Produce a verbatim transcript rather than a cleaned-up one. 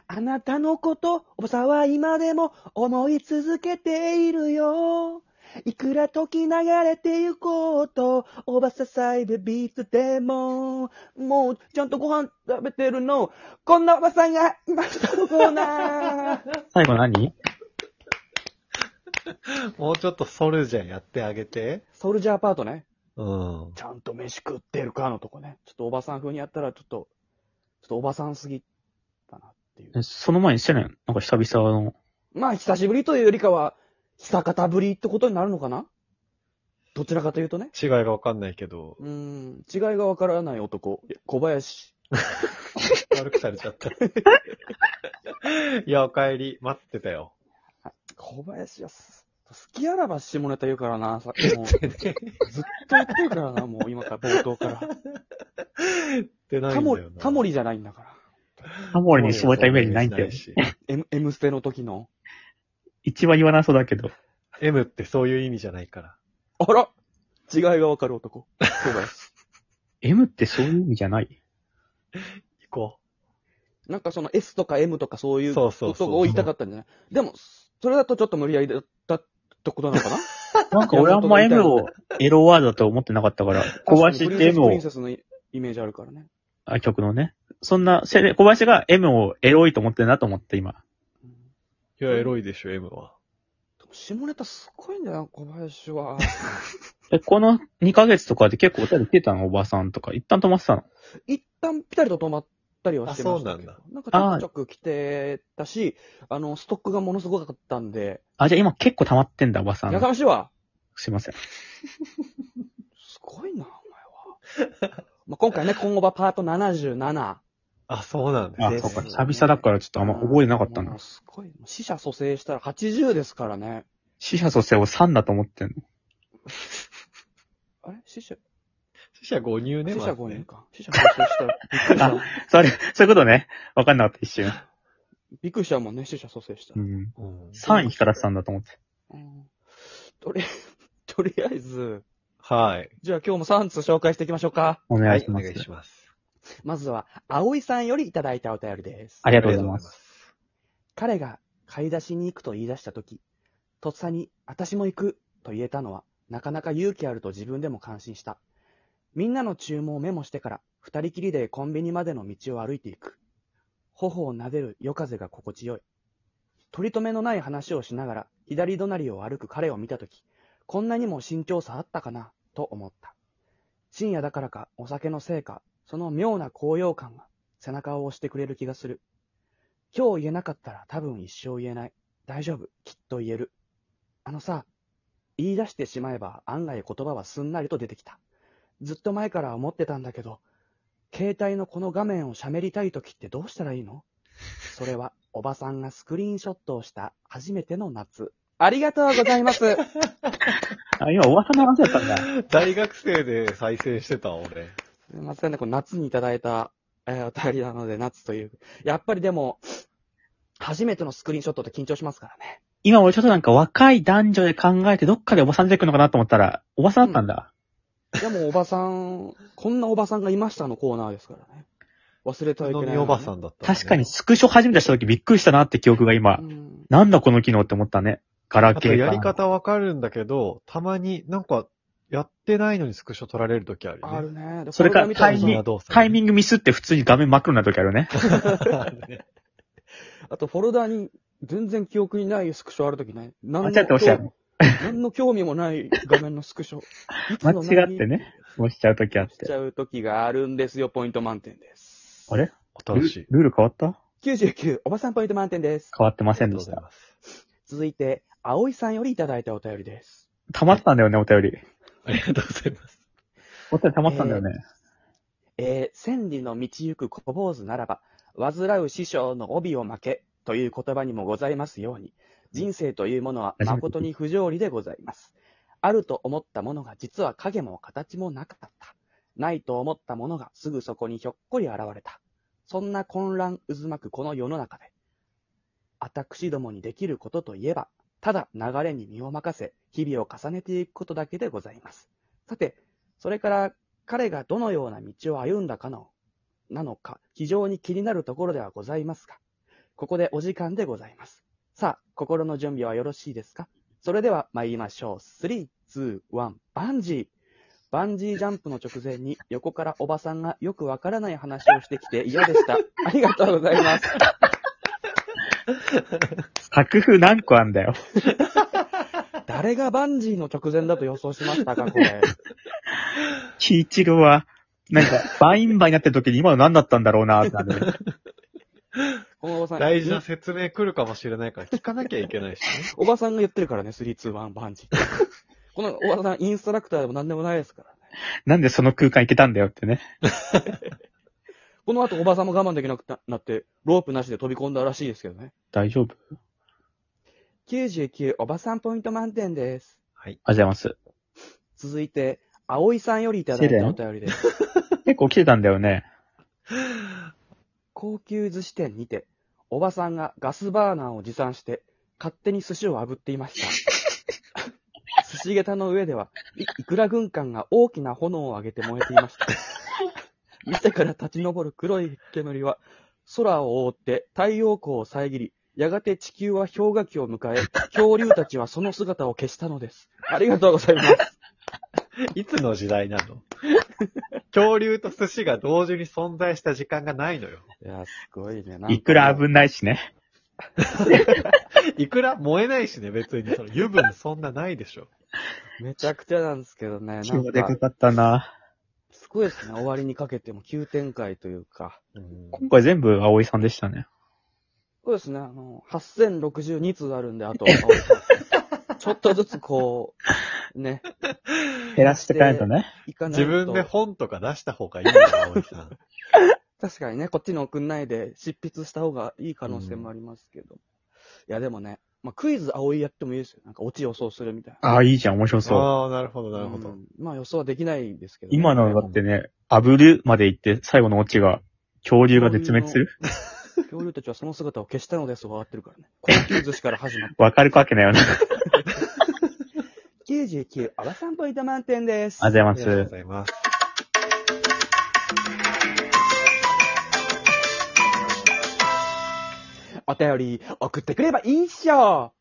あなたのこと、おばさんは今でも思い続けているよ。いくら時流れてゆこうと、おばささいベビーズでも、もうちゃんとご飯食べてるの。こんなおばさんがいましたのコーナー。 最後何？ もうちょっとソルジャーやってあげて。 ソルジャーパートね。 うん。 ちゃんと飯食ってるかのとこね。ちょっとおばさん風にやったらちょっと、ちょっとおばさんすぎたなっていう。 えその前にしてないの？なんか久々の。 まあ久しぶりというよりかは、久方ぶりってことになるのかな？どちらかというとね。 違いがわかんないけど。 うーん、違いがわからない男、小林。 悪くされちゃった。いや、お帰り。待ってたよ。 小林はす、好きあらば下ネタ言うからな、さもうずっと言ってるからな、もう今から冒頭から。 出ないタモリんだよな。、 タモリじゃないんだから。 タモリに絞れたイメージないんだよ。 M、M ステの時の。 一番言わなそうだけど。 M ってそういう意味じゃないから。 あら違いがわかる男。小林。 M ってそういう意味じゃない？ 行こなんかその S とか M とかそういうこそうそうそうとを言いたかったんじゃない？でも、それだとちょっと無理やりだったってことなのかな？ なんか俺あんま M をエロワードだと思ってなかったから、小林って M をプリンセスプリン、セスのイメージあるからね。 あ、曲のね。そんな、せ小林が M をエロいと思ってるなと思って今。 う。いや、エロいでしょ、M は。 下ネタすごいんだよ、小林は。 え、このにかげつとかで結構お便り来てたの？おばさんとか。一旦止まってたの？ 一旦ピタリと止まったりはしてましたけど。 あそうなんかちょくちょく来てたし、あの、ストックがものすごかったんで。 あ、じゃあ今結構溜まってんだ、おばさん。 やかましいわ。 すいません。 すごいな、お前は。まあ、今回ね、今後はパートななじゅうなな。 あ、そうなんですあ、 ね。 そうか。久々だからちょっとあんま覚えてなかったなもう。すごい。死者蘇生したらはちじゅうですからね。 死者蘇生をさんだと思ってんの。 あれ死者、 死者誤入ね、 死まずね。 者ごにんか。死者蘇生したら、びっくりした。 それ、そういうことね。わかんなかった、一瞬。 びっくりしたもんね、死者蘇生したら。 うん。 うんさんいからさんだと思って。 うんとり、とりあえず、 はい。 じゃあ今日もさん通紹介していきましょうか。 お願いします。 はい、お願いします。 まずは、葵さんよりいただいたお便りです。 ありがとうございます。 彼が買い出しに行くと言い出したとき、とっさに、私も行くと言えたのは、なかなか勇気あると自分でも感心した。みんなの注文をメモしてから、二人きりでコンビニまでの道を歩いていく。頬を撫でる夜風が心地よい。取り留めのない話をしながら、左隣を歩く彼を見たとき、こんなにも慎重さあったかな、と思った。深夜だからか、お酒のせいか、その妙な高揚感が背中を押してくれる気がする。今日言えなかったら多分一生言えない。大丈夫、きっと言える。あのさ、言い出してしまえば案外言葉はすんなりと出てきた。ずっと前から思ってたんだけど、携帯のこの画面を喋りたいときってどうしたらいいの？それはおばさんがスクリーンショットをした初めての夏。ありがとうございます。 あ、今、おばさんの話だったんだ。 大学生で再生してた、俺。 すみませんね、これ夏にいただいた、えー、お便りなので夏という。やっぱりでも、初めてのスクリーンショットって緊張しますからね。 今俺ちょっとなんか若い男女で考えてどっかでおばさん出てくるのかなと思ったら、おばさんだったんだ。 でもおばさん、こんなおばさんがいましたのコーナーですからね。忘れてはいけない、ね。 おばさんだった、ね。 確かにスクショ初めてした時びっくりしたなって記憶が今。うん、なんだこの機能って思ったね。ガラケーか。 やり方わかるんだけど、たまになんか、やってないのにスクショ取られる時あるよね。 あるね。 それからタイミング、タイミングミスって普通に画面真っ黒になる時あるね。 あとフォルダに全然記憶にないスクショある時ね。 何の興何の興味もない画面のスクショ。 間違ってね。押しちゃう時あって。 押しちゃう時があるんですよ。ポイント満点です。 あれ新しい。 ルール変わった ? きゅうじゅうきゅう、おばさんポイント満点です。 変わってませんでした。 続いて、葵さんよりいただいたお便りです。 溜まったんだよね、お便り。 ありがとうございます。 お便り溜まったんだよね。 えー、えー、千里の道行く小坊主ならば、煩う師匠の帯を負けという言葉にもございますように、人生というものは誠に不条理でございます。あると思ったものが実は影も形もなかった。ないと思ったものがすぐそこにひょっこり現れた。そんな混乱渦巻くこの世の中で、私どもにできることといえば、ただ流れに身を任せ、日々を重ねていくことだけでございます。さて、それから彼がどのような道を歩んだかの、なのか、非常に気になるところではございますが、 ここでお時間でございます。さあ、心の準備はよろしいですか？それでは参りましょう。スリー、ツー、ワン、バンジー。バンジージャンプの直前に横からおばさんがよくわからない話をしてきて嫌でした。ありがとうございます。 作風何個あんだよ。 誰がバンジーの直前だと予想しましたか、これ。 キイチロは、なんか、バインバイになってる時に今の何だったんだろうなってなる。 このおばさん、 大事な説明来るかもしれないから聞かなきゃいけないしね。 おばさんが言ってるからね、スリー、ツー、ワン、バンジー。このおばさん、インストラクターでも何でもないですからね。 なんでその空間行けたんだよってね。 この後、おばさんも我慢できなくなって、ロープなしで飛び込んだらしいですけどね。 大丈夫？ きゅうじゅうきゅうおばさんポイント満点です。 はい。 ありがとうございます。 続いて、葵さんよりいただいたお便りです。 結構来てたんだよね。 高級寿司店にて、おばさんがガスバーナーを持参して、勝手に寿司を炙っていました。寿司下駄の上では、い, いくら軍艦が大きな炎を上げて燃えていました。店から立ち上る黒い煙は、空を覆って太陽光を遮り、やがて地球は氷河期を迎え、恐竜たちはその姿を消したのです。ありがとうございます。 いつの時代なの？恐竜と寿司が同時に存在した時間がないのよ。 いや、すごいね。なんかいくら危ないしね。 いくら燃えないしね、別に。その油分そんなないでしょ。 めちゃくちゃなんですけどね。なん今日でかか、 かったな。 すごいですね。終わりにかけても急展開というか。 今回全部葵さんでしたね。 そうですね。あの、はっせんろくじゅうに通あるんで、あと、葵さんちょっとずつこう、ね。 減らしてかないとね。 いかないと。 自分で本とか出した方がいいよ、青井さん。 確かにね、こっちに送んないで執筆した方がいい可能性もありますけど。うん、いや、でもね、まあ、クイズ葵やってもいいですよ。なんかオチ予想するみたいな。 ああ、いいじゃん、面白そう。 ああ、なるほど、なるほど。 うん、まあ予想はできないですけど、ね。 今のだってね、炙るまで行って最後のオチが恐竜が絶滅する？ 恐竜たちはその姿を消したのですと分かってるからね。高級寿司から始まって。 わかるわけないよね。 きゅうじゅうきゅう、おばさんポイント満点です。 ありがとうございます。 ありがとうございます。 お便り送ってくればいいっしょ。